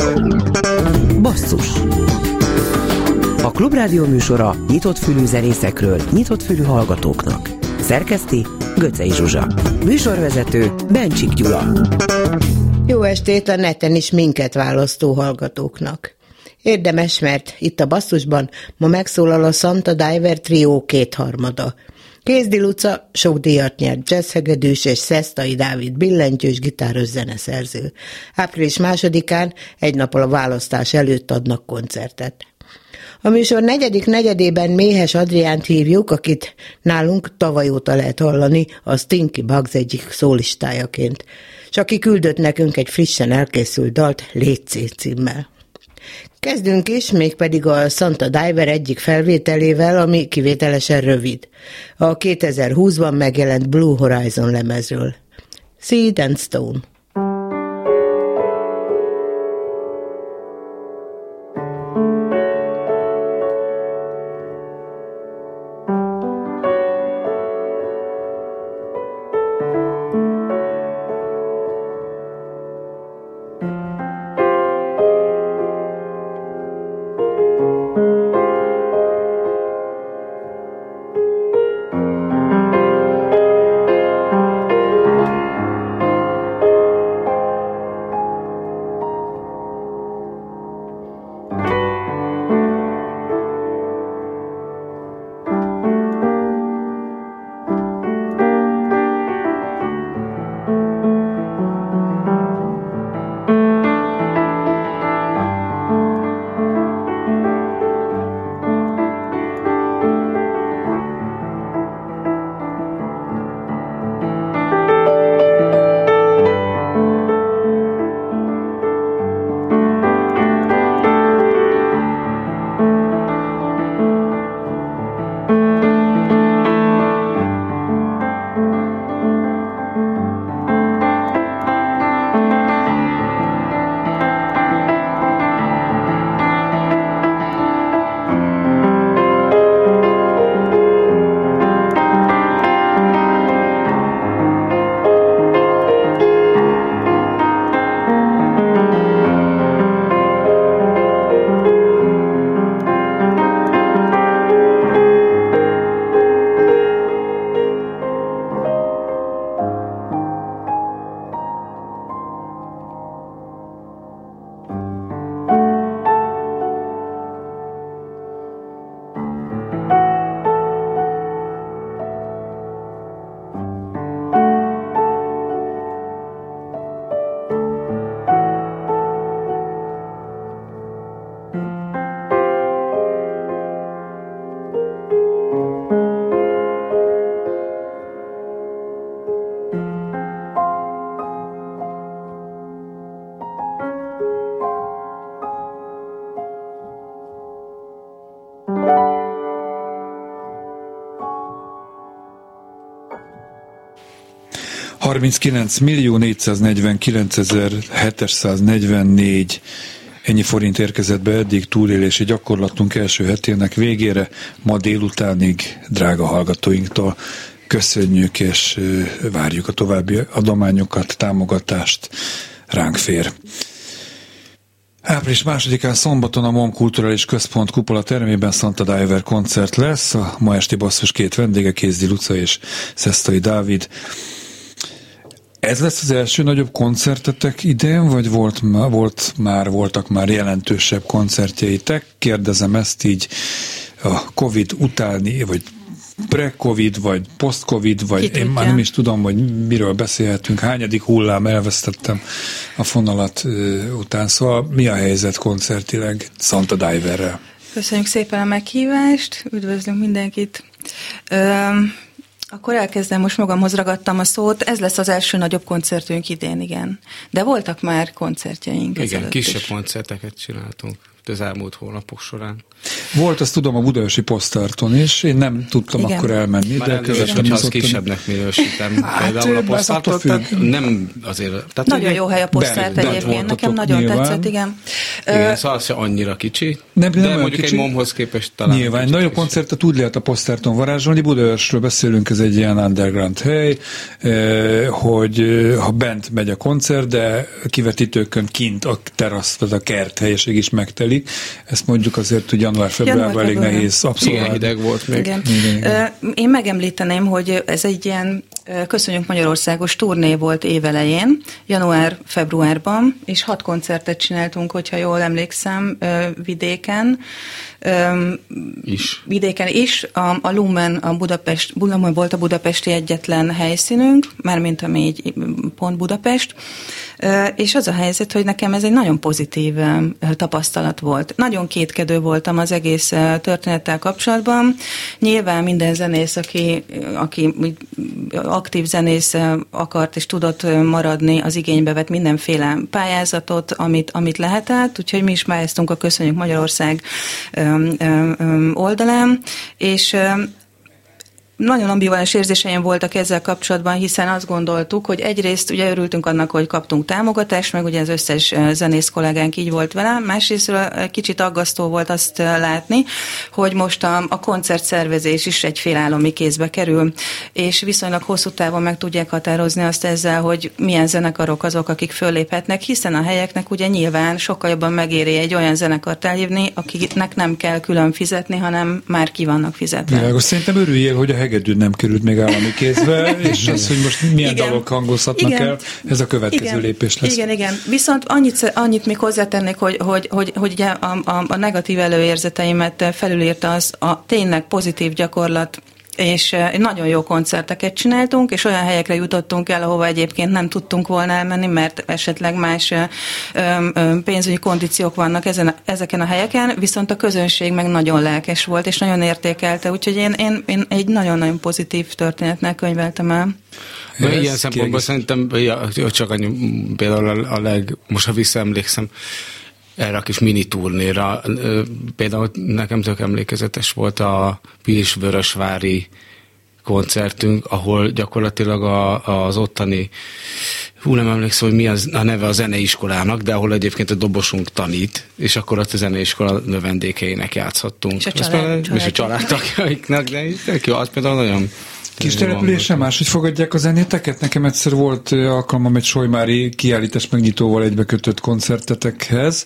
Basszus. A Klubrádió műsora nyitott fülű zenészekről, nyitott fülű hallgatóknak. Szerkeszti Göcsei Zsuzsa. Műsorvezető Bencsik Gyula. Jó estét a neten is minket választó hallgatóknak. Érdemes, mert itt a Basszusban ma megszólal a Santa Diver Trio kétharmada. Kézdi Luca sok díjat nyert jazzhegedűs és Szesztai Dávid billentyűs gitáros zeneszerző. Április 2-án, egy nappal a választás előtt adnak koncertet. A műsor negyedik negyedében Méhes Adriánt hívjuk, akit nálunk tavaly óta lehet hallani a Stinky Bugs egyik szólistájaként. És aki küldött nekünk egy frissen elkészült dalt Létszé címmel. Kezdünk is, mégpedig a Santa Diver egyik felvételével, ami kivételesen rövid. A 2020-ban megjelent Blue Horizon lemezről. Seed and Stone. $39.449.744 ennyi forint érkezett be eddig túlélési gyakorlatunk első hetének végére. Ma délutánig drága hallgatóinktól köszönjük és várjuk a további adományokat, támogatást, ránk fér. Április 2-án szombaton a MOM Kulturális Központ kupola termében Santa Diver koncert lesz. A ma esti Basszus két vendége, Kézdi Luca és Szesztai Dávid. Ez lesz az első nagyobb koncertetek idén, vagy voltak már jelentősebb koncertjeitek? Kérdezem ezt így a Covid utáni, vagy pre-Covid, vagy post-Covid, vagy én már nem is tudom, hogy miről beszélhetünk, hányadik hullám, elvesztettem a fonalat után. Szóval mi a helyzet koncertileg Santa Diverrel? Köszönjük szépen a meghívást, üdvözlünk mindenkit. Akkor elkezdem, most magamhoz ragadtam a szót. Ez lesz az első nagyobb koncertünk idén, igen. De voltak már koncertjeink. Igen, kisebb koncerteket csináltunk az elmúlt hónapok során. Volt, azt tudom, a Budaörsi Posztárton is, én nem tudtam akkor elmenni. Már elnézést, hogyha azt kisebbnek minősítem. Például a Posztártot, nem azért... Tehát nagyon jó hely a Posztárt egyébként, nekem nagyon tetszett, igen. Igen, szóval az se annyira kicsi, de mondjuk kicsi. Egy Momhoz képest talán... Nyilván, nagyobb koncertet úgy lehet a Posztárton varázsolni, Budaörsről beszélünk, ez egy ilyen underground hely, hogy ha bent megy a koncert, de kivetítőkön kint a terasz, vagy a kert helyiség is megtelik. Ezt mondjuk azért, hogy január-februárban elég nehéz abszolút. Igen, hideg volt még. Igen. Én megemlíteném, hogy ez egy ilyen Köszönjük Magyarországos turné volt évelején, január-februárban, és 6 koncertet csináltunk, hogyha jól emlékszem, vidéken. Vidéken is. A Lumen volt a budapesti egyetlen helyszínünk, mármint ami így pont Budapest, és az a helyzet, hogy nekem ez egy nagyon pozitív tapasztalat volt. Nagyon kétkedő voltam az egész történettel kapcsolatban. Nyilván minden zenész, aki aktív zenész akart és tudott maradni, az igénybe vett mindenféle pályázatot, amit lehetett, úgyhogy mi is pályáztunk a Köszönjük Magyarország oldalán, és nagyon ambivalens érzéseim voltak ezzel kapcsolatban, hiszen azt gondoltuk, hogy egyrészt ugye örültünk annak, hogy kaptunk támogatást, meg ugye az összes zenész kollégánk így volt vele, másrészt kicsit aggasztó volt azt látni, hogy most a koncertszervezés is egy félállami kézbe kerül, és viszonylag hosszú távon meg tudják határozni azt ezzel, hogy milyen zenekarok azok, akik fölléphetnek, hiszen a helyeknek ugye nyilván sokkal jobban megéri egy olyan zenekart elhívni, akiknek nem kell külön fizetni, hanem már ki vannak fizetve. Ja, szerintem örüljél, hogy a Hegedű nem került még állami kézbe, és az, hogy most milyen dalok hangozhatnak el, ez a következő lépés lesz. Igen. Viszont annyit még hozzátennék, hogy ugye a negatív előérzeteimet felülírta az a tényleg pozitív gyakorlat, és nagyon jó koncerteket csináltunk, és olyan helyekre jutottunk el, ahova egyébként nem tudtunk volna elmenni, mert esetleg más pénzügyi kondíciók vannak ezeken a helyeken, viszont a közönség meg nagyon lelkes volt, és nagyon értékelte, úgyhogy én egy nagyon-nagyon pozitív történetnek könyveltem el. Ilyen szempontból szerintem csak annyi, például most ha visszaemlékszem, erre a kis mini turnéra. Például nekem tök emlékezetes volt a Pilisvörösvári koncertünk, ahol gyakorlatilag az ottani, nem emlékszem, hogy mi a neve a zeneiskolának, de ahol egyébként a dobosunk tanít, és akkor ott a zeneiskola növendékeinek játszhattunk. És a családtagjaiknak, de az például nagyon... Kis településen máshogy fogadják a zenéteket? Nekem egyszer volt alkalmam egy solymári kiállítás megnyitóval egybekötött koncertetekhez.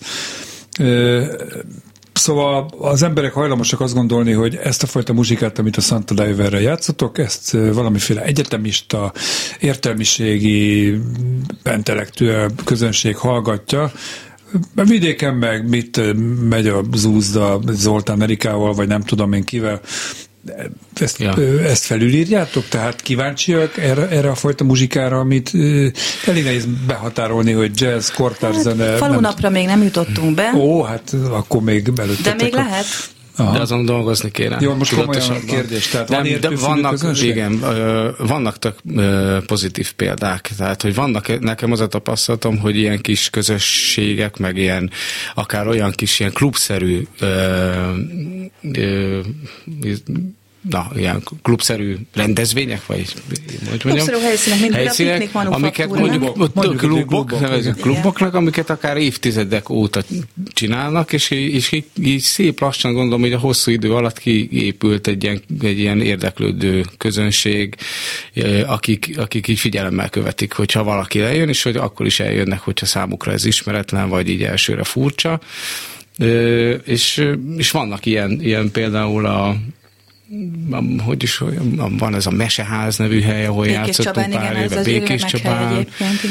Szóval az emberek hajlamosak azt gondolni, hogy ezt a fajta muzsikát, amit a Santa Diverrel játszotok, ezt valamiféle egyetemista, értelmiségi, intellektuál közönség hallgatja. A vidéken meg megy a Zúzda Zoltán Erikával, vagy nem tudom én kivel. Ezt felülírjátok? Tehát kíváncsiak erre a fajta muzsikára, amit elég nehéz behatárolni, hogy jazz, kortárs-zene... Falunapra még nem jutottunk be. Ó, hát akkor még előttetek. De még lehet. Aha. De azon dolgozni kéne. Jó, most komolyan a kérdés. Tehát vannak tök pozitív példák. Tehát, hogy vannak, nekem az a tapasztalatom, hogy ilyen kis közösségek, meg ilyen, akár olyan kis ilyen klubszerű ilyen klubszerű rendezvények, vagy klubszerű helyszínek, mint a piknik kluboknak, amiket akár évtizedek óta csinálnak, és így szép lassan gondolom, hogy a hosszú idő alatt kiépült egy ilyen érdeklődő közönség, akik így figyelemmel követik, hogyha valaki lejön, és hogy akkor is eljönnek, hogyha számukra ez ismeretlen, vagy így elsőre furcsa. És vannak ilyen például van ez a Meseház nevű hely, ahol játszottunk pár éve, Békés Csabán.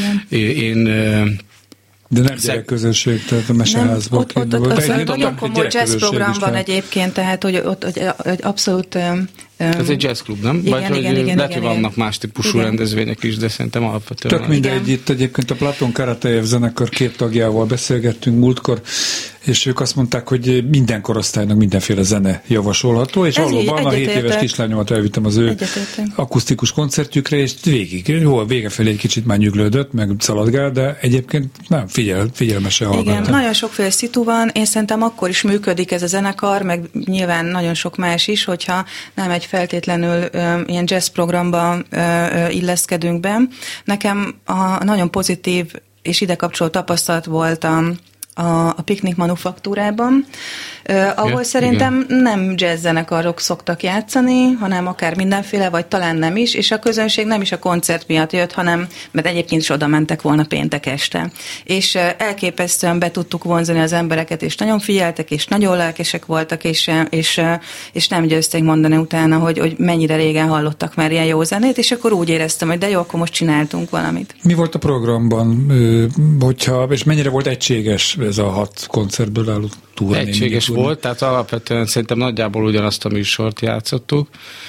De nem gyerekközönség, tehát a Meseházban. Ott nagyon komoly jazzprogram van egyébként, tehát hogy ott abszolút... Ez egy jazzklub, nem? Vagy hogy vannak más típusú rendezvények is, de szerintem alapvetően... Tök mindegy, itt egyébként a Platon Karatejev zenekar 2 tagjával beszélgettünk múltkor, és ők azt mondták, hogy minden korosztálynak mindenféle zene javasolható, és valóban a 7 éves kislányomat elvittem az ő akusztikus koncertjükre, és vége felé egy kicsit már nyüglődött, meg szaladgál, de egyébként nem, figyelmesen hallgattam. Igen, nagyon sokféle szitu van, én szerintem akkor is működik ez a zenekar, meg nyilván nagyon sok más is, hogyha nem egy feltétlenül ilyen jazz programba illeszkedünk be. Nekem nagyon pozitív és ide kapcsoló tapasztalat volt a Piknik Manufaktúrában, ahol szerintem nem jazz zenekarok szoktak játszani, hanem akár mindenféle, vagy talán nem is, és a közönség nem is a koncert miatt jött, hanem, mert egyébként is oda mentek volna péntek este. És elképesztően be tudtuk vonzani az embereket, és nagyon figyeltek, és nagyon lelkesek voltak, és nem győzték mondani utána, hogy mennyire régen hallottak már ilyen jó zenét, és akkor úgy éreztem, hogy de jó, akkor most csináltunk valamit. Mi volt a programban, és mennyire volt egységes ez a 6 koncertből álló turné? Egységes volt, tehát alapvetően szerintem nagyjából ugyanazt a műsort játszottuk.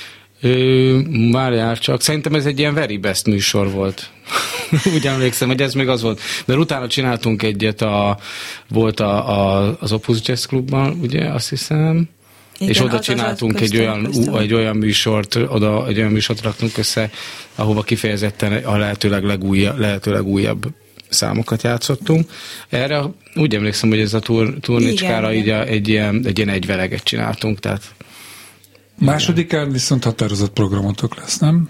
Várjál csak, szerintem ez egy ilyen very best műsor volt. Úgy emlékszem, hogy ez még az volt. Mert utána csináltunk egyet, volt az Opus Jazz Klubban, ugye, azt hiszem. Igen, és oda csináltunk egy olyan műsort, egy olyan műsort raktunk össze, ahova kifejezetten a lehetőleg újabb számokat játszottunk. Erre úgy emlékszem, hogy ez a turnécskára így egy ilyen egyveleget csináltunk. Tehát másodikán viszont határozott programotok lesz, nem?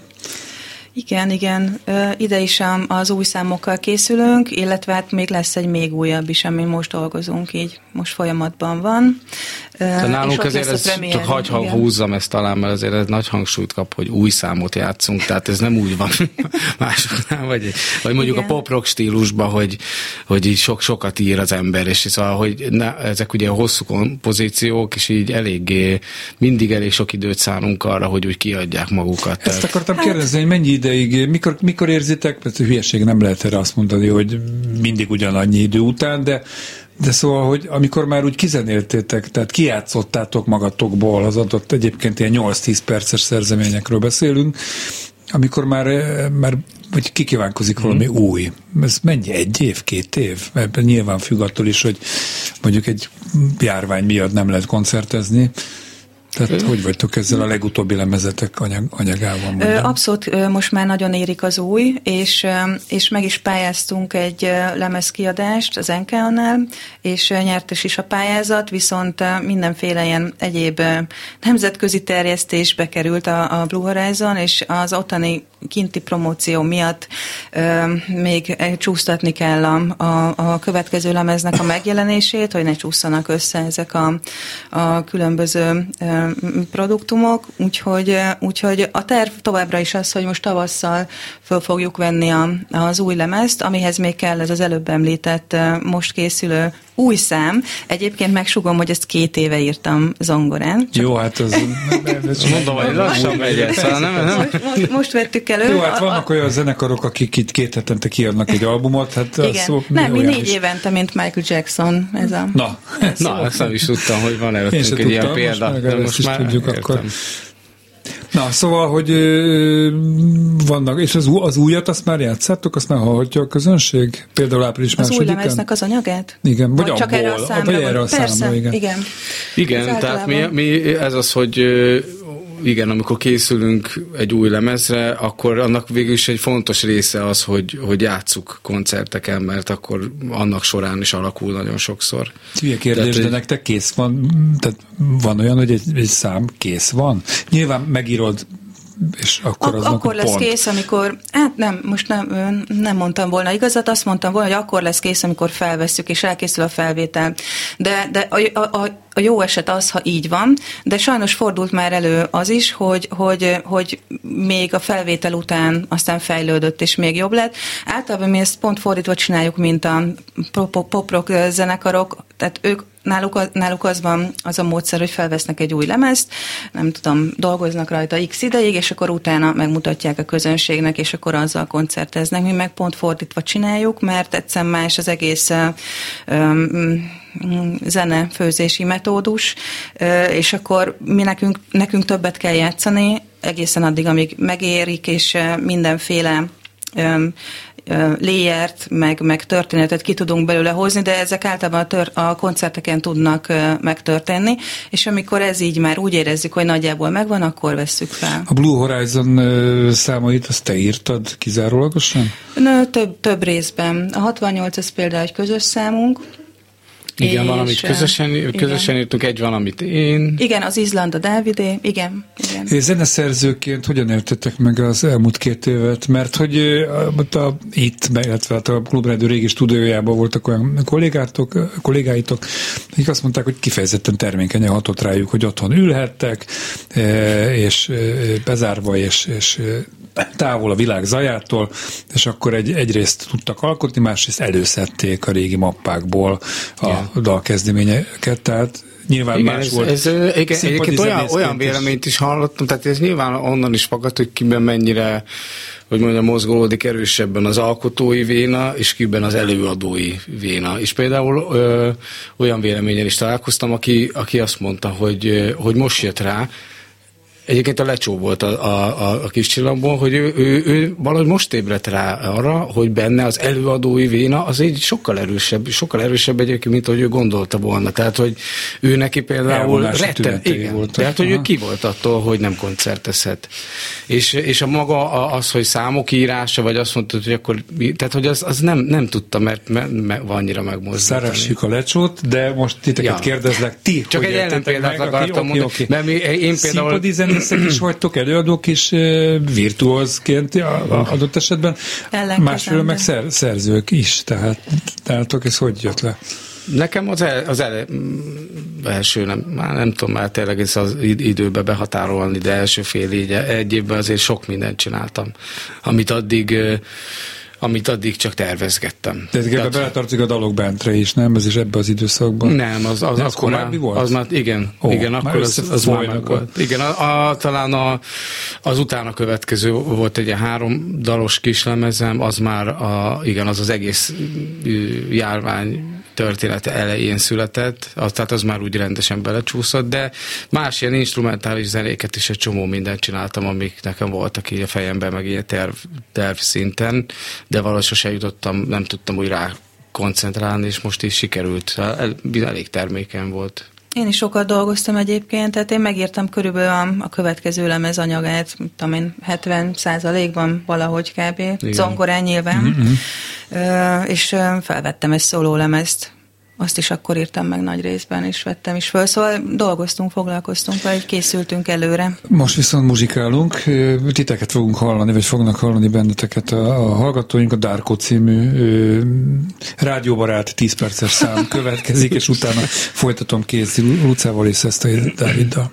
Igen. Ide is az új számokkal készülünk, illetve hát még lesz egy még újabb is, amin most dolgozunk, így most folyamatban van. De nálunk azért ez csak hagy húzzam ezt talán, mert azért ez nagy hangsúlyt kap, hogy új számot játszunk, tehát ez nem úgy van másoknál, vagy mondjuk igen. A pop-rock stílusban, hogy így sokat ír az ember, és szóval, hogy ezek ugye hosszú kompozíciók, és így mindig elég sok időt szánunk arra, hogy úgy kiadják magukat. Ezt akartam kérdezni, hogy mennyi ideig, mikor érzitek, mert hülyeség nem lehet erre azt mondani, hogy mindig ugyanannyi idő után, de szóval, hogy amikor már úgy kizenéltétek, tehát kijátszottátok magatokból az adott egyébként ilyen 8-10 perces szerzeményekről beszélünk, amikor már vagy kikívánkozik valami új. Ez mennyi? 1 év, 2 év? Ebben nyilván függ attól is, hogy mondjuk egy járvány miatt nem lehet koncertezni. Tehát hogy vagytok ezzel a legutóbbi lemezetek anyagával? Abszolút most már nagyon érik az új, és meg is pályáztunk egy lemezkiadást az NK-nál, és nyertes is a pályázat, viszont mindenféle ilyen egyéb nemzetközi terjesztésbe került a Blue Horizon, és az ottani kinti promóció miatt még csúsztatni kell a következő lemeznek a megjelenését, hogy ne csúszanak össze ezek a különböző produktumok, úgyhogy a terv továbbra is az, hogy most tavasszal föl fogjuk venni az új lemezt, amihez még kell ez az előbb említett, most készülő új szám. Egyébként megsugom, hogy ezt 2 éve írtam zongorán. Jó, hát az... Mondom, hogy lassan megy ez. Most vettük elő. Jó, hát vannak olyan zenekarok, akik itt 2 hetente kiadnak egy albumot. Hát igen. Nem, mi 4 évente, mint Michael Jackson. Ez a... Na, ezt nem is tudtam, hogy van előttünk egy ilyen példa. Most már tudjuk akkor. Na, szóval, hogy vannak, és az újat azt már játszátok, azt már hallhatja a közönség? Például április másodikán? Az új lemeznek az anyagát? Igen, vagy csak abból, erre a számra. vagy erre a számra, igen. Igen, tehát mi ez az, hogy igen, amikor készülünk egy új lemezre, akkor annak végül is egy fontos része az, hogy játsszuk koncerteken, mert akkor annak során is alakul nagyon sokszor. Hülye kérdés, de nektek kész van? Tehát van olyan, hogy egy szám kész van? Nyilván megírod, és akkor lesz pont. Kész, amikor, most nem mondtam volna igazat, azt mondtam volna, hogy akkor lesz kész, amikor felvesszük, és elkészül a felvétel. De a jó eset az, ha így van, de sajnos fordult már elő az is, hogy még a felvétel után aztán fejlődött, és még jobb lett. Általában mi ezt pont fordítva csináljuk, mint a pop-rock zenekarok, tehát náluk az van az a módszer, hogy felvesznek egy új lemezt, nem tudom, dolgoznak rajta x ideig, és akkor utána megmutatják a közönségnek, és akkor azzal koncerteznek. Mi meg pont fordítva csináljuk, mert egyszerűen más az egész zenefőzési metódus, és akkor nekünk többet kell játszani, egészen addig, amíg megérik, és mindenféle layert, meg történetet ki tudunk belőle hozni, de ezek általában a koncerteken tudnak megtörténni, és amikor ez így már úgy érezzük, hogy nagyjából megvan, akkor vesszük fel. A Blue Horizon számait azt te írtad kizárólagosan? Több részben. A 68 az például egy közös számunk. Igen, valamit közösen írtunk, egy valamit én. Igen, az Izland a Dávidé, igen. És zeneszerzőként hogyan éltetek meg az elmúlt 2 évet? Mert hogy itt, illetve a Klubrádió régi stúdiójában voltak olyan kollégáitok, akik azt mondták, hogy kifejezetten termékenyen hatott rájuk, hogy otthon ülhettek, és bezárva, és távol a világ zajától, és akkor egyrészt tudtak alkotni, másrészt előszedték a régi mappákból a dalkezdeményeket, tehát nyilván igen, más volt. Egyébként olyan véleményt is hallottam, tehát ez nyilván onnan is fakad, hogy kiben mennyire, hogy mondjam, mozgolódik erősebben az alkotói véna, és kiben az előadói véna. És például olyan véleményen is találkoztam, aki azt mondta, hogy most jött rá, egyébként a Lecsó volt a kis csillagból, hogy ő valahogy most ébredt rá arra, hogy benne az előadói véna az egy sokkal erősebb egyébként, mint hogy ő gondolta volna. Tehát, hogy ő neki például volt. Tehát, hogy ő ki volt attól, hogy nem koncertezhet. És a maga az, hogy számok írása, vagy azt mondta, hogy akkor, tehát, hogy az nem tudta, mert annyira megmozdítani. Szeressük a Lecsót, de most titeket kérdezlek, ti csak egy ellenpéldát akartam mondani. Mert én például is vagytok, előadók is virtuózként adott esetben, másfél meg szerzők is, tehát ez hogy jött le? Nekem az első, nem tudom már tényleg ezt az időbe behatárolni, de első egy évben azért sok mindent csináltam, amit addig csak tervezgettem. Tehát ebbe beletartozik a dalok bentre is, nem? Ez is ebbe az időszakban? Nem, az korábbi volt? Az már, igen, akkor az már meg volt. Igen, talán az utána következő volt egy 3 dalos kislemezem, az már az egész járvány története elején született, tehát az már úgy rendesen belecsúszott, de más ilyen instrumentális zenéket is egy csomó mindent csináltam, amik nekem voltak így a fejemben, meg ilyen terv szinten, de valahogy sose jutottam, nem tudtam úgy rá koncentrálni, és most is sikerült. Elég termékeny volt. Én is sokat dolgoztam egyébként, tehát én megírtam körülbelül a következő lemez anyagát, tudom én, 70%-ban valahogy kb. Zongorán nyilván, és felvettem egy szólólemezt. Azt is akkor írtam meg nagy részben, és vettem is föl. Szóval foglalkoztunk, vagy készültünk előre. Most viszont muzsikálunk. Titeket fogunk hallani, vagy fognak hallani benneteket a hallgatóink. A Darko című rádióbarát 10 perces szám következik, és utána folytatom Kézdi Lucával és Szesztai Dáviddal.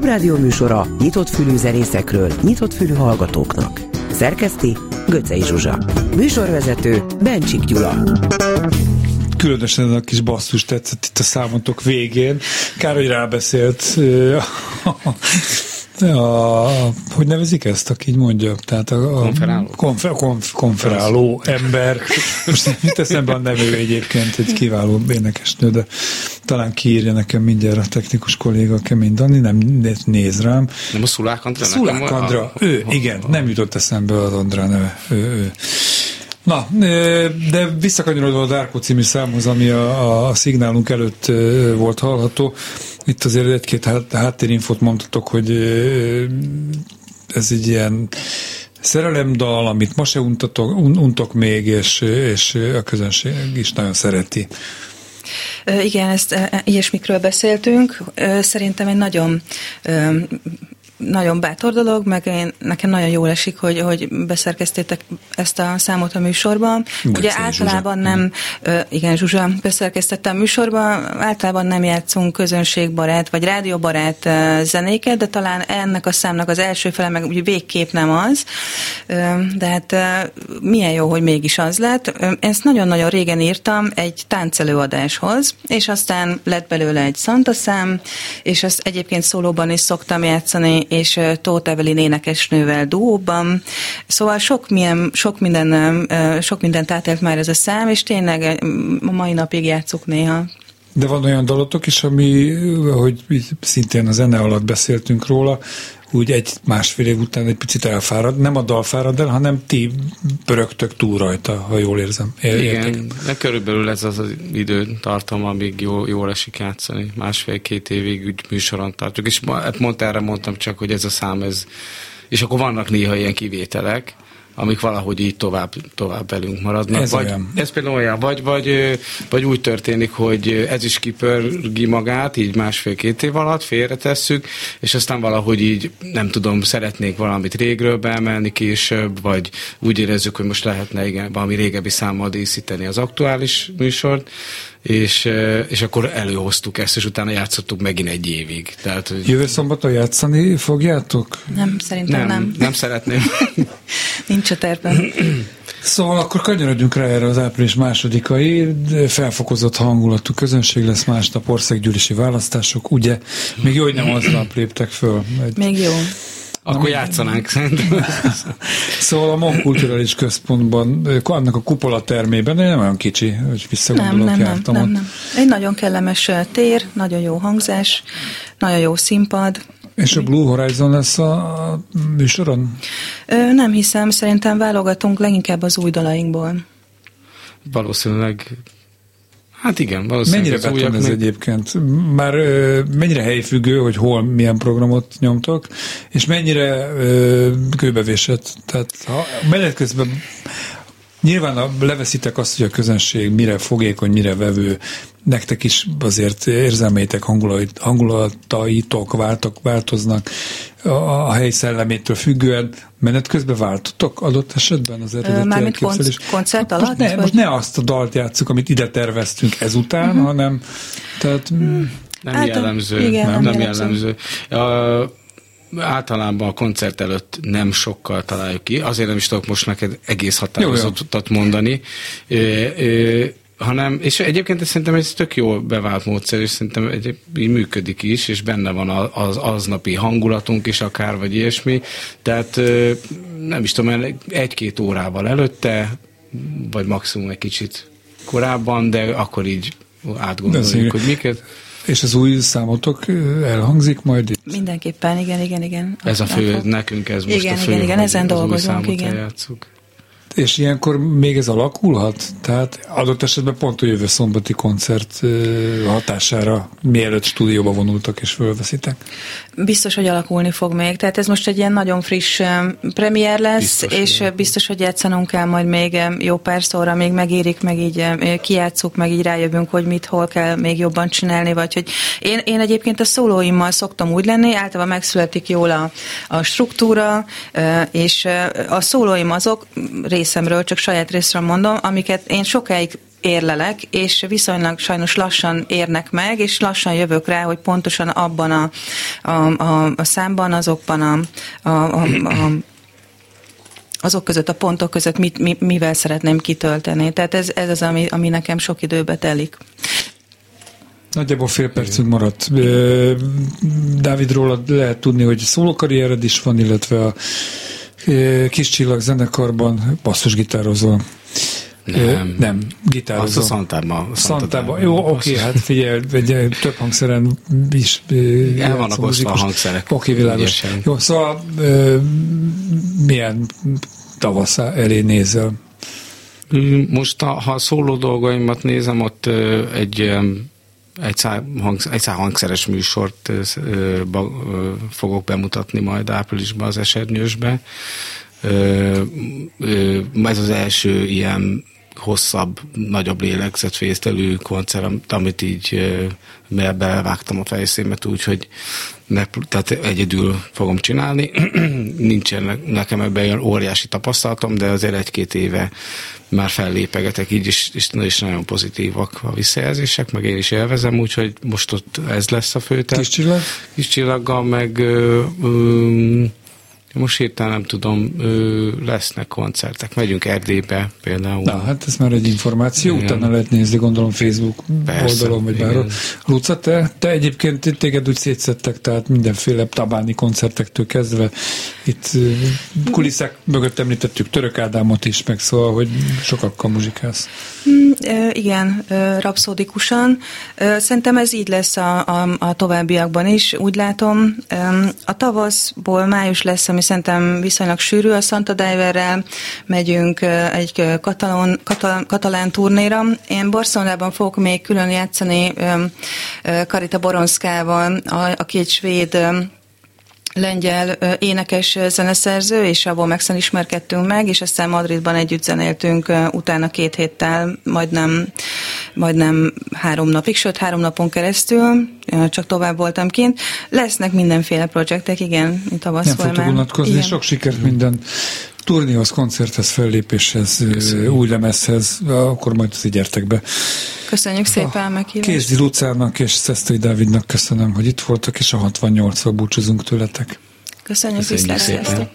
Klubrádió műsora nyitott fülű zenészekről, nyitott fülű hallgatóknak. Szerkeszti Göcsei Zsuzsa. Műsorvezető Bencsik Gyula. Különösen a kis basszus tetszett itt a számotok végén. Kár, hogy rábeszélt hogy nevezik ezt, aki így mondja? Tehát a konferáló ember. Most nem jut eszembe a nevő egyébként, egy kiváló énekesnő, de talán kiírja nekem mindjárt a technikus kolléga, Kemény Dani, nem néz rám. Nem a Szulák Andra? Szulák Andra, igen, nem jutott eszembe az Andrá neve. Ő. Na, de visszakanyarodva a Dárkó című számhoz, ami a szignálunk előtt volt hallható, itt azért egy-két háttérinfot mondhatok, hogy ez egy ilyen szerelemdal, amit ma se untok még, és a közönség is nagyon szereti. Igen, ilyesmikről beszéltünk. Szerintem egy nagyon bátor dolog, meg nekem nagyon jól esik, hogy beszerkesztétek ezt a számot a műsorban. Ugye általában nem, igen, Zsuzsa beszerkesztette a műsorba, általában nem játszunk közönségbarát, vagy rádióbarát zenéket, de talán ennek a számnak az első fele, meg ugye végképp nem az, de hát milyen jó, hogy mégis az lett. Ezt nagyon-nagyon régen írtam egy táncelőadáshoz, és aztán lett belőle egy Szanta szám, és azt egyébként szólóban is szoktam játszani, és Tóth Evelyn énekesnővel duóban. Szóval sok mindent átélt már ez a szám, és tényleg a mai napig játszuk néha. De van olyan dalotok is, ami, hogy szintén a zene alatt beszéltünk róla, úgy egy-másfél év után egy picit elfárad. Nem a dal fárad el, hanem ti pörögtök túl rajta, ha jól érzem. Igen, de körülbelül ez az időtartam, amíg jól esik játszani. Másfél-két évig úgy műsoron tartjuk. És erre mondtam csak, hogy ez a szám, és akkor vannak néha ilyen kivételek, amik valahogy így tovább velünk maradnak. Ez például olyan, vagy úgy történik, hogy ez is kipörgi magát, így másfél-két év alatt félretesszük, és aztán valahogy így, nem tudom, szeretnék valamit régről beemelni később, vagy úgy érezzük, hogy most lehetne valami régebbi számmal díszíteni az aktuális műsort, és akkor előhoztuk ezt, és utána játszottuk megint egy évig. Tehát, jövő szombaton játszani fogjátok? Nem, szerintem nem. Nem szeretném. Nincs a tervben. Szóval akkor kanyarodjunk rá erre az április 2-ai, felfokozott hangulatú közönség lesz másnap, országgyűlési választások, ugye? Még jó, hogy nem aznap léptek föl. Még jó. Akkor játszanánk szerintem. Szóval a MON Kulturális Központban, annak a kupola termében, de nem olyan kicsi, hogy visszagondolok, jártam ott. Nem. Egy nagyon kellemes tér, nagyon jó hangzás, nagyon jó színpad. És a Blue Horizon lesz a műsoron? Nem hiszem, szerintem válogatunk leginkább az új dalainkból. Valószínűleg. Hát igen, valószínűleg. Mennyire beton ez egyébként? Már mennyire helyfüggő, hogy hol milyen programot nyomtok, és mennyire kőbevésett? Tehát menet közben nyilván leveszitek azt, hogy a közönség mire fogékony, mire vevő, nektek is azért érzelmeitek, hangulataitok változnak a hely szellemétől függően. Menet közben váltotok adott esetben az eredeti elképzelés? Koncert alatt? Most ne azt a dalt játsszuk, amit ide terveztünk ezután, hanem tehát... Nem jellemző. Igen, nem jellemző. Általában a koncert előtt nem sokkal találjuk ki. Azért nem is tudok most neked egész határozottat mondani. És egyébként szerintem ez tök jól bevált módszer, és szerintem így működik is, és benne van az aznapi hangulatunk is akár, vagy ilyesmi. Tehát nem is tudom, egy-két órával előtte, vagy maximum egy kicsit korábban, de akkor így átgondoljuk, hogy miket. És az új számotok elhangzik majd itt? Mindenképpen, igen. Ez a fő, nekünk ez most a fő. Igen, ezen dolgozunk, igen. Eljátszuk. És ilyenkor még ez alakulhat? Tehát adott esetben pont a jövő szombati koncert hatására mielőtt stúdióba vonultak és fölveszitek? Biztos, hogy alakulni fog még. Tehát ez most egy ilyen nagyon friss premier lesz, és biztos, hogy játszanunk kell majd még jó pár szóra, még megérik, meg így kijátszuk, meg így rájövünk, hogy mit, hol kell még jobban csinálni, vagy hogy én egyébként a szólóimmal szoktam úgy lenni, általában megszületik jól a struktúra, és a szólóim azok részemről, csak saját részről mondom, amiket én sokáig érlelek, és viszonylag sajnos lassan érnek meg, és lassan jövök rá, hogy pontosan abban a számban, azokban azok között, a pontok között mivel szeretném kitölteni. Tehát ez az, ami nekem sok időbe telik. Nagyjából fél percünk maradt. Dávidról lehet tudni, hogy szólókarriered is van, illetve a Kis Csillag zenekarban basszusgitározol. Nem, gitározol. Azt a Szantában. Jó, oké, hát figyelj, több hangszeren is el vannak osztva a hangszerek. Oké, világos. Jó, szóval milyen tavasz elé nézel? Most, ha a szóló dolgaimat nézem, ott egy hangszeres műsort fogok bemutatni majd áprilisban az Esernyősbe. Ez az első ilyen hosszabb, nagyobb lélegzetvételű koncert, amit így belevágtam a fejszémet, úgyhogy tehát egyedül fogom csinálni. Nincsen nekem ebben olyan óriási tapasztalatom, de azért 1-2 éve már fellépegetek így, és nagyon pozitívak a visszajelzések, meg én is élvezem, úgyhogy most ott ez lesz a főtett. Kis Csillaggal, meg most hirtelen nem tudom, lesznek koncertek. Megyünk Erdélybe például. Na, hát ez már egy információ, igen. Utána lehet nézni, gondolom Facebook oldalon, vagy bárhol. Luca, te egyébként téged úgy szétszettek, tehát mindenféle tabáni koncertektől kezdve. Itt kulisszák mögött említettük Török Ádámot is, meg szóval, hogy sokakkal muzsikálsz. Igen, rapszódikusan. Szerintem ez így lesz a továbbiakban is, úgy látom. A tavaszból május lesz, ami szerintem viszonylag sűrű, a Santa Diverrel megyünk egy katalán turnéra. Én Barcelonában fogok még külön játszani Karita Boronszkával, aki egy svéd lengyel énekes zeneszerző, és abból megismerkedtünk meg, és aztán Madridban együtt zenéltünk utána 2 héttel, majdnem 3 napig, sőt 3 napon keresztül, csak tovább voltam kint. Lesznek mindenféle projektek, igen, mint tavasz folyamán. Nem fogtok unatkozni, sok sikert minden turnéhoz, koncerthez, fellépéshez, új lemezhez, akkor majd gyertek be. Köszönjük szépen a meghívást. Kézdi Lucának és Szesztői Dávidnak köszönöm, hogy itt voltak, és a 68-ról búcsúzunk tőletek. Köszönjük szépen.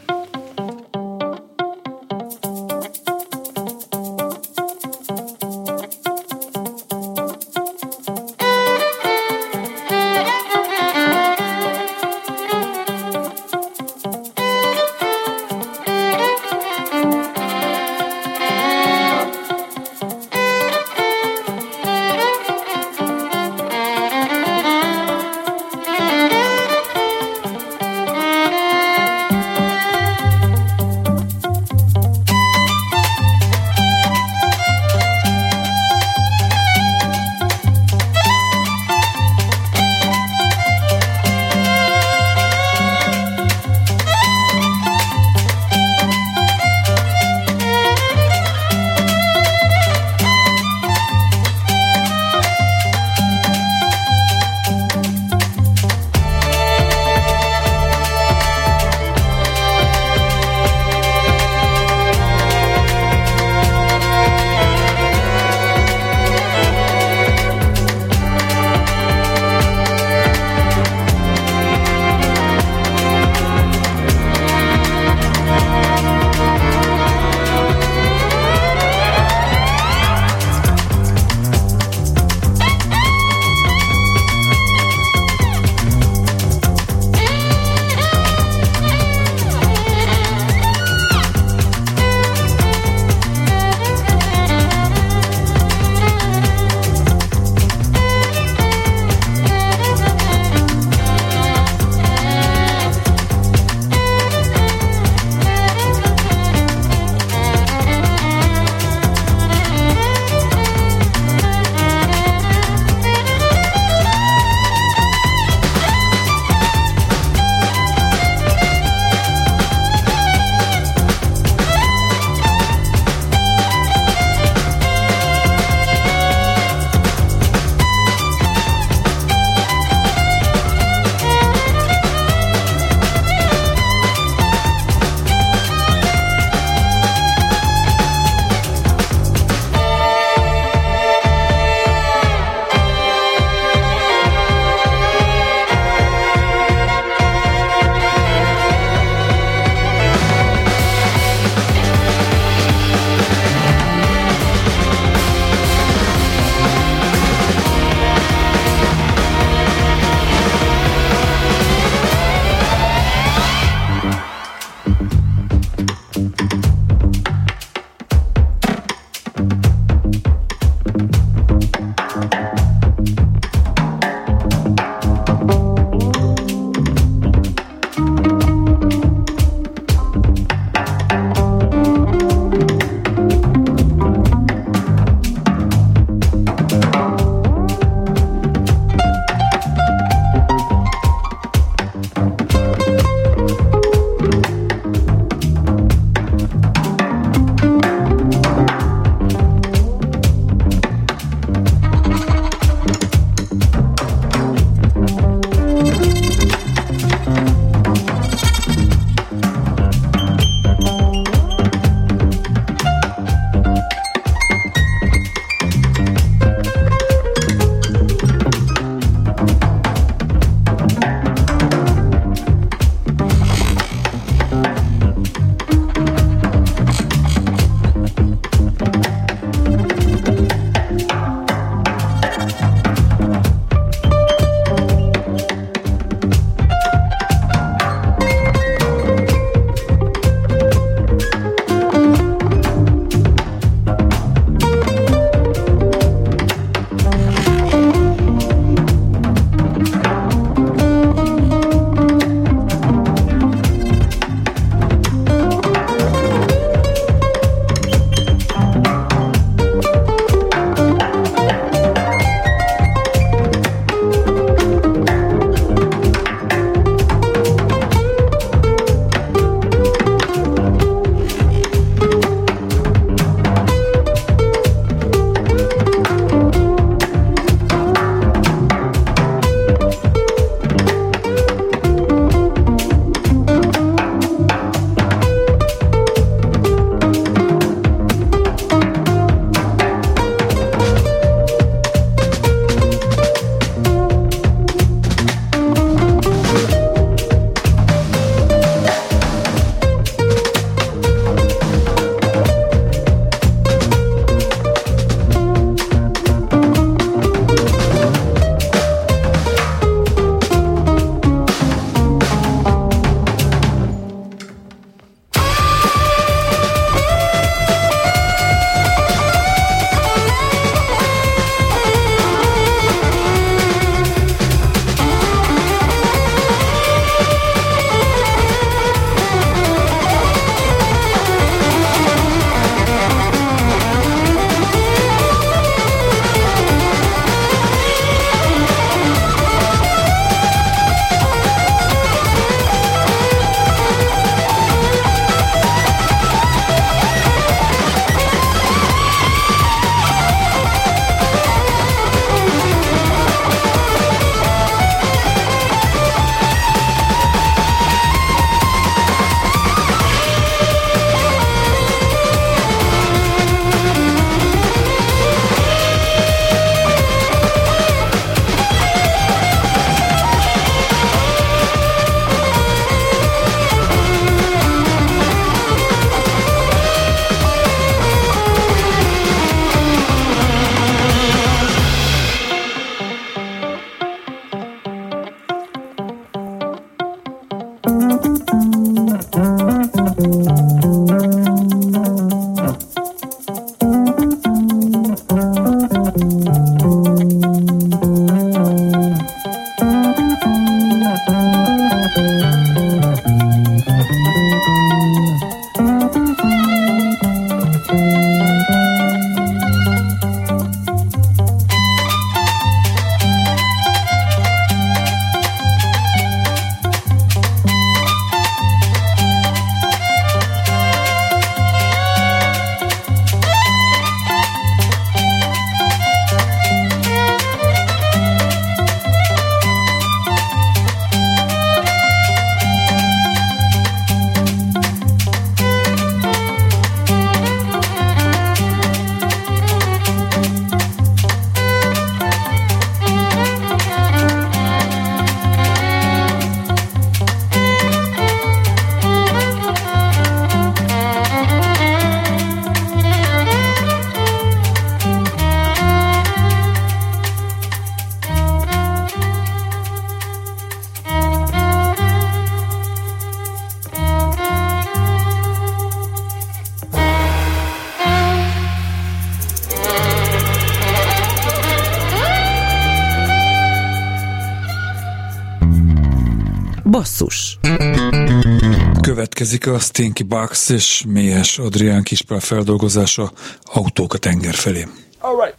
Basszus. Következik a Stinky Bucks és Méhes Adrián Kispál feldolgozása, Autók a tenger felé. All right.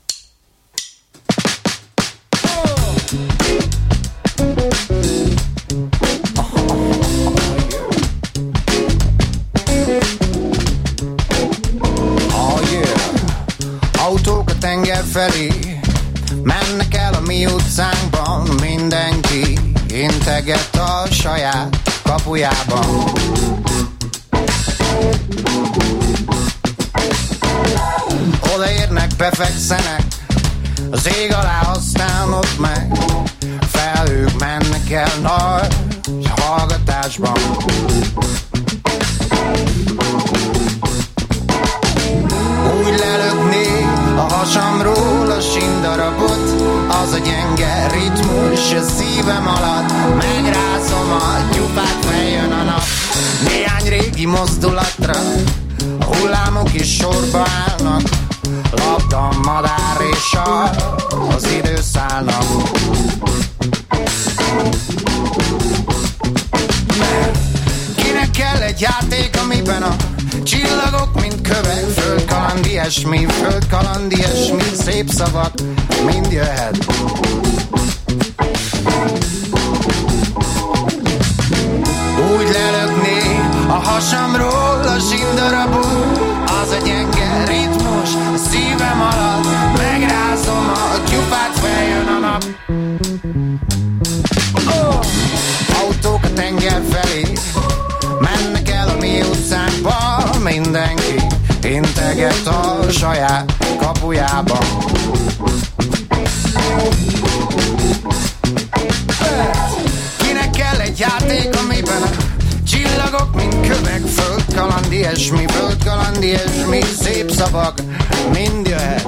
Autók a tenger felé, mennek el a mi utcánkban, mindenki integet a saját kapujában. Odaérnek, befekszenek, az ég alá aztán ott meg, felhők mennek el nagy hallgatásban. Úgy lelökné a hasamról a sindarabot, az a gyenge ritmus a szívem alatt, megrázom a gyupát, feljön a nap. Néhány régi mozdulatra a hullámok is sorba állnak, labda, madár és az idő szállnak. Kinek kell egy játék, amiben a csillagok, mint kövek, földkaland ilyesmi, szép szavak, mind jöhet. Úgy lelökné a hasamról a zsindarabot, az a gyenge ritmus a szívem alatt, megrázom a gyupát, feljön a nap. Autók a tenger felé, mennek el a mi utcánkba, mindenki integet a saját kapujába. Kinek kell egy játék, amiben a csillagok, mint kövek, földkaland ilyesmi, szép szavak, mind jöhet.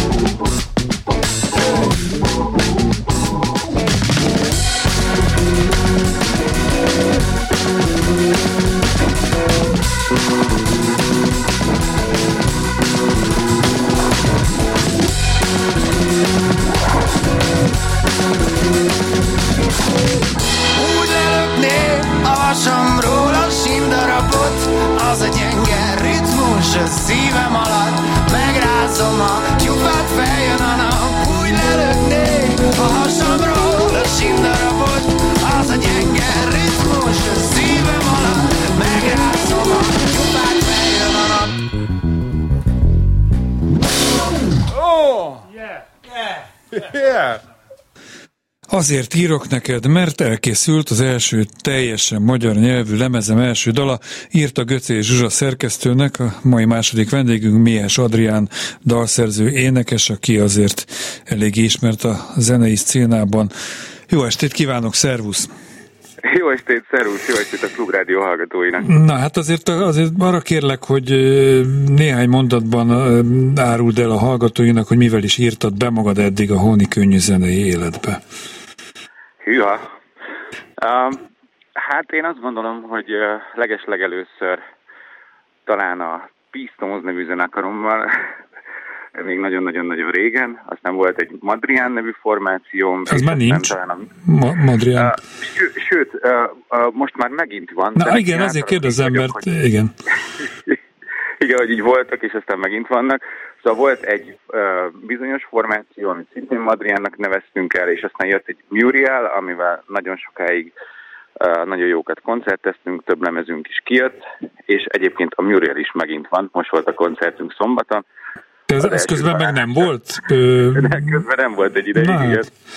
Úgy lelökné a hasamról a sindarabot, az a gyenge ritmus a szívem alatt, megrázom a tyúfát, feljön a nap. Úgy lelökné a hasamról a sindarabot, az a gyenge ritmus a szívem alatt, megrázom a tyúfát, feljön a nap. Oh! Yeah! Azért írok neked, mert elkészült az első teljesen magyar nyelvű lemezem első dala, írta Göcé Zsuzsa szerkesztőnek, a mai második vendégünk Méhes Adrián dalszerző énekes, aki azért elég ismert a zenei szcénában. Jó estét kívánok, szervusz! Jó estét, szervusz, jó estét a Klubrádió hallgatóinak. Na hát azért arra kérlek, hogy néhány mondatban áruld el a hallgatóinak, hogy mivel is írtad be magad eddig a Hóni könnyű zenei életbe. Hűha! Hát én azt gondolom, hogy legeslegelőször talán a Pistons nevű zenekarommal, még nagyon-nagyon-nagyon régen, aztán volt egy Madrian nevű formációm. Ez már nincs. Madrian. Sőt, most már megint van. Na igen, azért kérdezem, mert igen. Igen, hogy így voltak, és aztán megint vannak. Szóval volt egy bizonyos formáció, amit szintén Madriannak neveztünk el, és aztán jött egy Muriel, amivel nagyon sokáig nagyon jókat koncerteztünk, több lemezünk is kijött, és egyébként a Muriel is megint van, most volt a koncertünk szombaton. Ez közben meg nem volt? Közben nem volt egy ideig,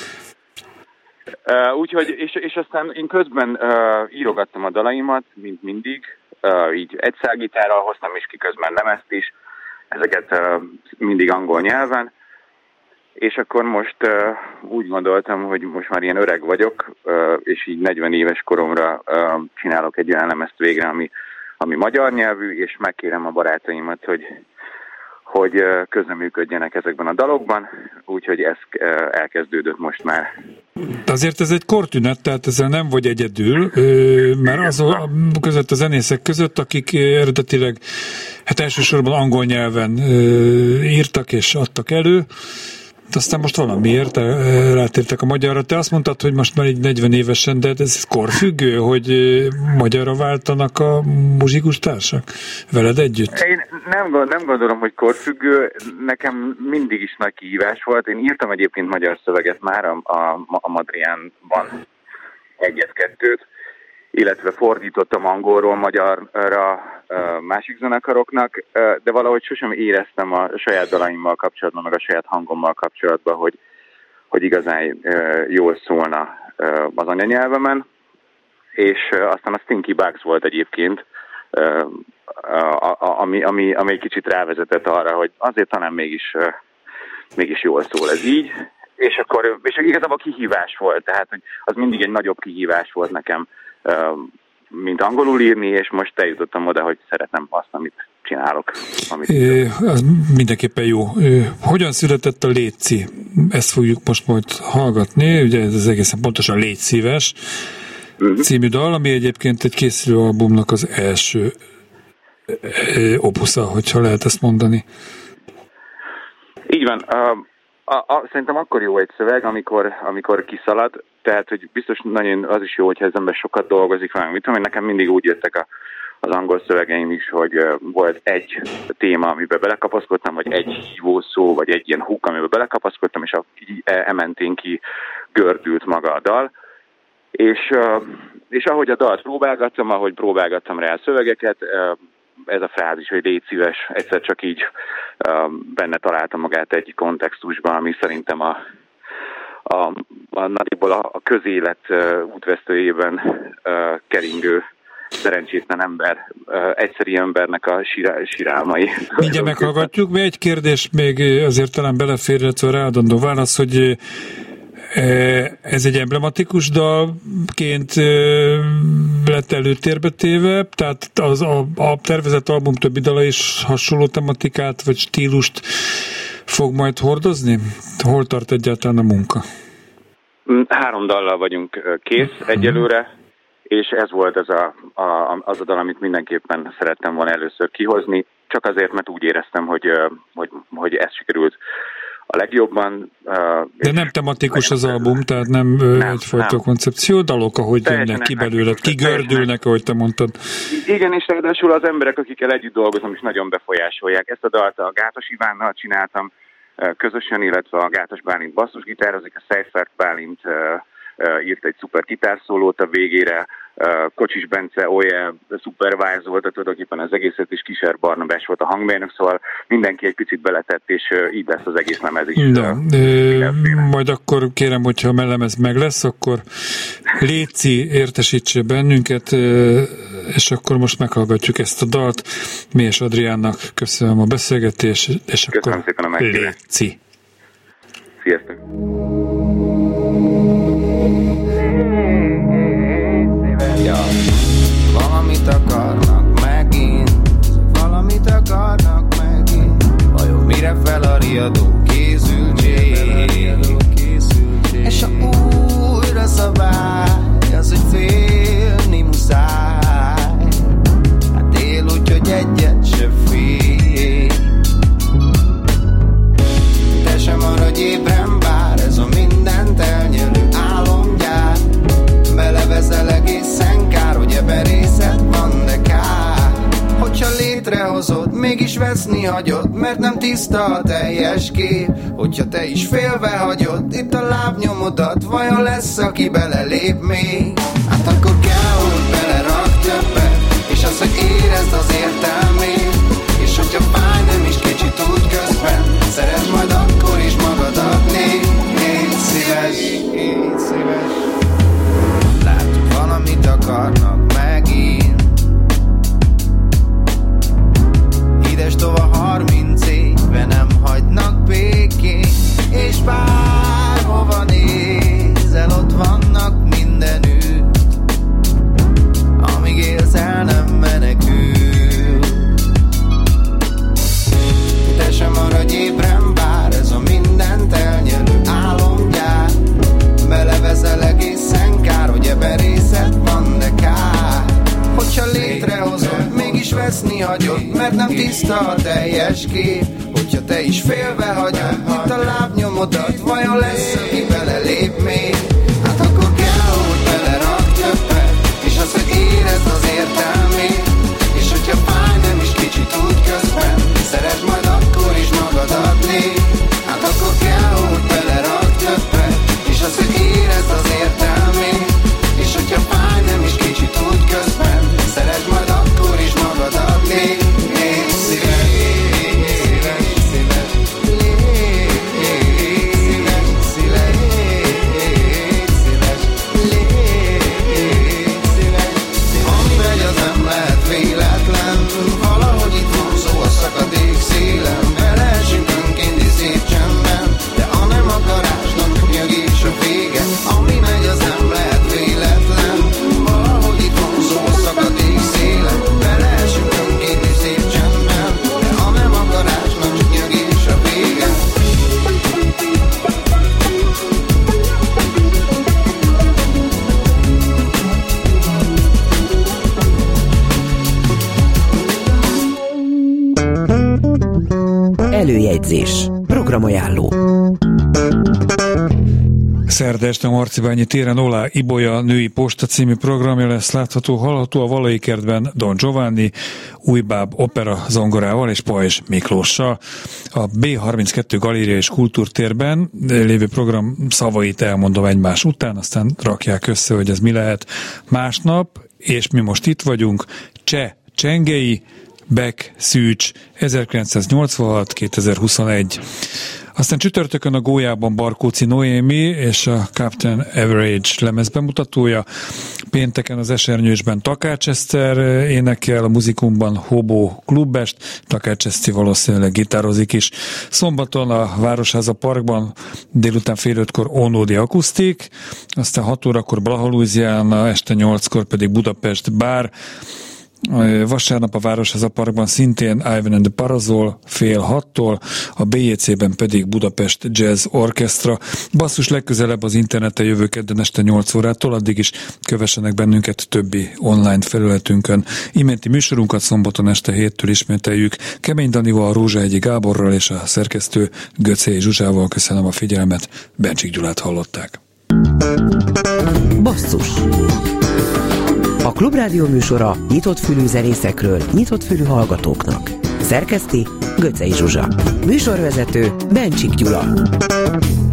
úgyhogy, és aztán én közben írogattam a dalaimat, mint mindig, így egy szálgitárral hoztam is ki közben lemezt is, ezeket mindig angol nyelven, és akkor most úgy gondoltam, hogy most már ilyen öreg vagyok, és így 40 éves koromra csinálok egy olyan lemezt végre, ami magyar nyelvű, és megkérem a barátaimat, hogy közreműködjenek ezekben a dalokban, úgyhogy ez elkezdődött most már. De azért ez egy kortünet, tehát ezzel nem vagy egyedül, mert azok között a zenészek között, akik eredetileg hát elsősorban angol nyelven írtak és adtak elő, de aztán most valamiért rátértek a magyarra. Te azt mondtad, hogy most már így 40 évesen, de ez korfüggő, hogy magyarra váltanak a muzsikustársak veled együtt? Én nem gondolom, hogy korfüggő. Nekem mindig is nagy kihívás volt. Én írtam egyébként magyar szöveget már a Madrianban egyet-kettőt, illetve fordítottam angolról magyarra másik zenekaroknak, de valahogy sosem éreztem a saját dalaimmal kapcsolatban, meg a saját hangommal kapcsolatban, hogy igazán jól szólna az anyanyelvemen, és aztán a Stinky Bugs volt egyébként, ami egy kicsit rávezetett arra, hogy azért talán mégis jól szól ez így, és igazából kihívás volt, tehát hogy az mindig egy nagyobb kihívás volt nekem, mint angolul írni, és most eljutottam oda, hogy szeretem azt, amit csinálok. Az mindenképpen jó. Hogyan született a Léci? Ezt fogjuk most majd hallgatni, ugye ez egészen pontosan Légy szíves című dal, ami egyébként egy készülő albumnak az első opusza, hogyha lehet ezt mondani. Így van. Szerintem akkor jó egy szöveg, amikor kiszalad, tehát, hogy biztos nagyon az is jó, hogyha az ember sokat dolgozik valami. Mit tudom, nekem mindig úgy jöttek az angol szövegeim is, hogy volt egy téma, amiben belekapaszkodtam, vagy egy hívószó, vagy egy ilyen hook, amiben belekapaszkodtam, és ementén ki gördült maga a dal. És ahogy a dalt próbálgattam, ahogy próbálgattam rá a szövegeket, ez a frázis, hogy légy szíves, egyszer csak így benne találta magát egy kontextusban, ami szerintem nagyjából a közélet útvesztőjében keringő szerencsétlen ember, egyszeri embernek a sirálmai. Mindjárt meghallgatjuk, mi egy kérdés még azért talán belefér, illetve ráadandó válasz, hogy ez egy emblematikus dalként lett előtérbe téve, tehát a tervezett album többi dala is hasonló tematikát vagy stílust fog majd hordozni? Hol tart egyáltalán a munka? 3 dallal vagyunk kész egyelőre, és ez volt az a dal, amit mindenképpen szerettem volna először kihozni, csak azért, mert úgy éreztem, hogy ez sikerült a legjobban. De nem tematikus az album, tehát nem egyfajta koncepció, dalok, ahogy jönnek ki belőled, kigördülnek, ahogy te mondtad. Igen, és ráadásul az emberek, akikkel együtt dolgozom, is nagyon befolyásolják. Ezt a dalt a Gátos Ivánnal csináltam közösen, illetve a Gátos Bálint basszusgitározik, a Seifert Bálint írt egy szuper gitárszólót a végére, Kocsis Bence olyan szupervájzolta tulajdonképpen az egészet, és Kiser Barnabás volt a hangmérnök, szóval mindenki egy picit beletett, és így lesz az egész lemez is. Majd akkor kérem, hogyha a lemez meg lesz, akkor Léci értesítse bennünket, és akkor most meghallgatjuk ezt a dalt. Méhes Adriánnak köszönöm a beszélgetést, és köszönöm akkor szépen a Léci. Sziasztok! Valamit akarnak megint, vajon mire fel a riadó készültség? És ha újra szabály, az, hogy félni létrehozod, mégis veszni hagyod, mert nem tiszta a teljes kép. Hogyha te is félve hagyod itt a lábnyomodat, vajon lesz, aki belelép még? Hát akkor kell, hogy belerak többet, és az, hogy érezd az értelmét. És hogyha fáj, nem is kicsit út közben, szeretd majd akkor is magadat. Légy szíves, légy szíves. Látod, valamit akarnak megint. Ides tova 30 éve nem hagynak békén, és bárhova nézel, ott vannak mindenütt. Amíg élsz, el nem menekül. Te sem maradj ébren, bár ez a mindent elnyelő álomgyár. Beleveszel egészen kár, hogy ebben részed van, de kár. Hogyha létrehozod, mégis veszni hagyod, mert nem tiszta a teljes kép. Hogyha te is félve hagyod itt a lábnyomodat, vajon lesz, aki belelép még? Hát akkor kell, hogy belerak többet, és az, hogy érezd az értelmét. És hogyha fáj, nem is kicsit út közben, szeretd majd akkor is magadat. Hát akkor kell, hogy belerak többet, és az, hogy érezd az értelmét. És hogyha fáj, nem is kicsit út közben, szeretd majd akkor is magadat. Légy szíves, szíves, szíves, légy szíves, szíves, légy szíves, légy szíves. Ami megy, az nem lehet véletlen, valahogy itt vonzó a szakadék szélen. Beleesünk önkénti szép csendben, de a nem akarásnak nyög és a vége. Ami megy, az nem lehet véletlen, valahogy itt vonzó a szakadék szélen. Beleesünk önkénti szép csendben, de a nem akarásnak nyög és a vége. Előjegyzés. Programajánló. Szerda este a Marcibányi téren Olá Ibolya női posta című programja lesz látható, hallható a Valai kertben Don Giovanni, Újbáb opera zongorával és Pajzs Miklóssal. A B32 Galéria és Kultúrtérben lévő program szavait elmondom egymás után, aztán rakják össze, hogy ez mi lehet másnap, és mi most itt vagyunk. Cseh Csengei, Beck Szűcs, 1986-2021. Aztán csütörtökön a Gólyában Barkóci Noémi és a Captain Average lemez bemutatója. Pénteken az Esernyősben Takács Eszter énekel, a Muzikumban Hobó Klubest, Takács Eszti valószínűleg gitározik is. Szombaton a Városháza Parkban délután 4:30-kor Ónódi Akusztik, aztán 6 órakor Blaha Louisiana, este 8-kor pedig Budapest Bár. Vasárnap a Városháza Parkban szintén Ivan and the Parazol 5:30-tól, a BJC-ben pedig Budapest Jazz Orchestra. Basszus legközelebb az interneten jövő kedden este 8 órától, addig is kövessenek bennünket többi online felületünkön. Iménti műsorunkat szombaton este 7-től ismételjük. Kemény Danival, Rózsahegyi Gáborral és a szerkesztő Göcé Zsuzsával. Köszönöm a figyelmet, Bencsik Gyulát hallották. Basszus. A Klubrádió műsora nyitott fülű zenészekről, nyitott fülű hallgatóknak. Szerkeszti Göcei Zsuzsa. Műsorvezető Bencsik Gyula.